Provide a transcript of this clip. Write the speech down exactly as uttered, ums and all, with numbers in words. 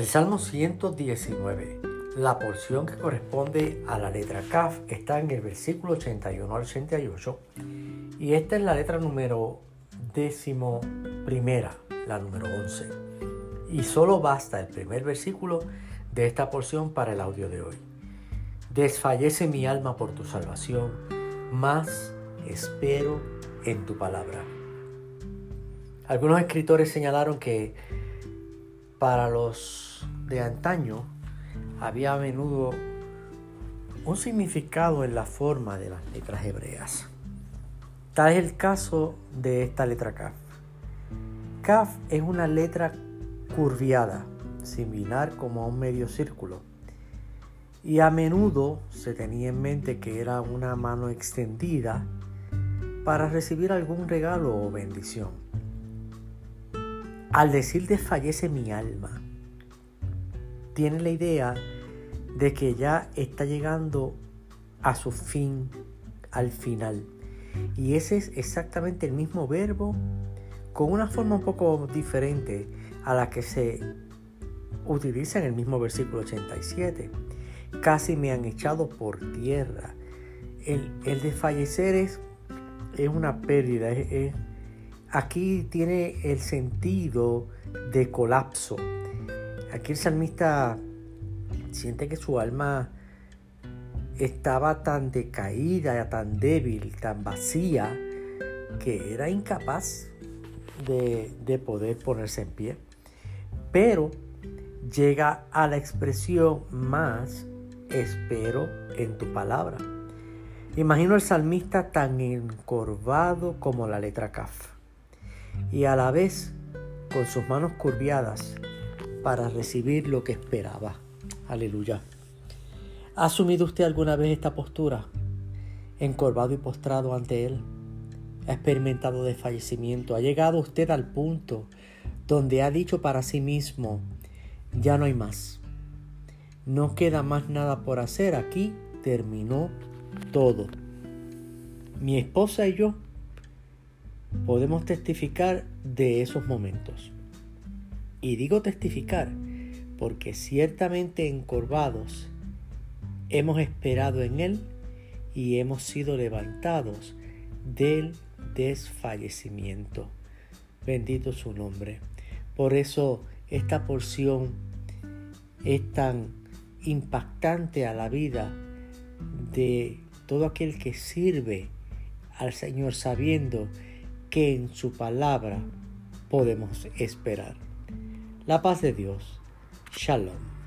El Salmo ciento diecinueve, la porción que corresponde a la letra Kaf, está en el versículo ochenta y uno al ochenta y ocho, y esta es la letra número décimo primera, la número once. Y solo basta el primer versículo de esta porción para el audio de hoy. Desfallece mi alma por tu salvación, mas espero en tu palabra. Algunos escritores señalaron que para los de antaño había a menudo un significado en la forma de las letras hebreas. Tal es el caso de esta letra Kaf. Kaf es una letra curviada, similar como a un medio círculo, y a menudo se tenía en mente que era una mano extendida para recibir algún regalo o bendición. Al decir desfallece mi alma, tiene la idea de que ya está llegando a su fin, al final. Y ese es exactamente el mismo verbo, con una forma un poco diferente a la que se utiliza en el mismo versículo ochenta y siete. Casi me han echado por tierra. El, el desfallecer es, es una pérdida. Es, es, aquí tiene el sentido de colapso. Aquí el salmista siente que su alma estaba tan decaída, tan débil, tan vacía, que era incapaz de, de poder ponerse en pie. Pero llega a la expresión más espero en tu palabra. Imagino al salmista tan encorvado como la letra Kaf, y a la vez con sus manos curviadas para recibir lo que esperaba. Aleluya. ¿Ha asumido usted alguna vez esta postura? Encorvado y postrado ante Él. ¿Ha experimentado desfallecimiento? ¿Ha llegado usted al punto donde ha dicho para sí mismo, ya no hay más? No queda más nada por hacer, aquí terminó todo. Mi esposa y yo podemos testificar de esos momentos. Y digo testificar porque ciertamente encorvados hemos esperado en Él y hemos sido levantados del desfallecimiento. Bendito su nombre. Por eso esta porción es tan impactante a la vida de todo aquel que sirve al Señor, sabiendo que en su palabra podemos esperar. La paz de Dios. Shalom.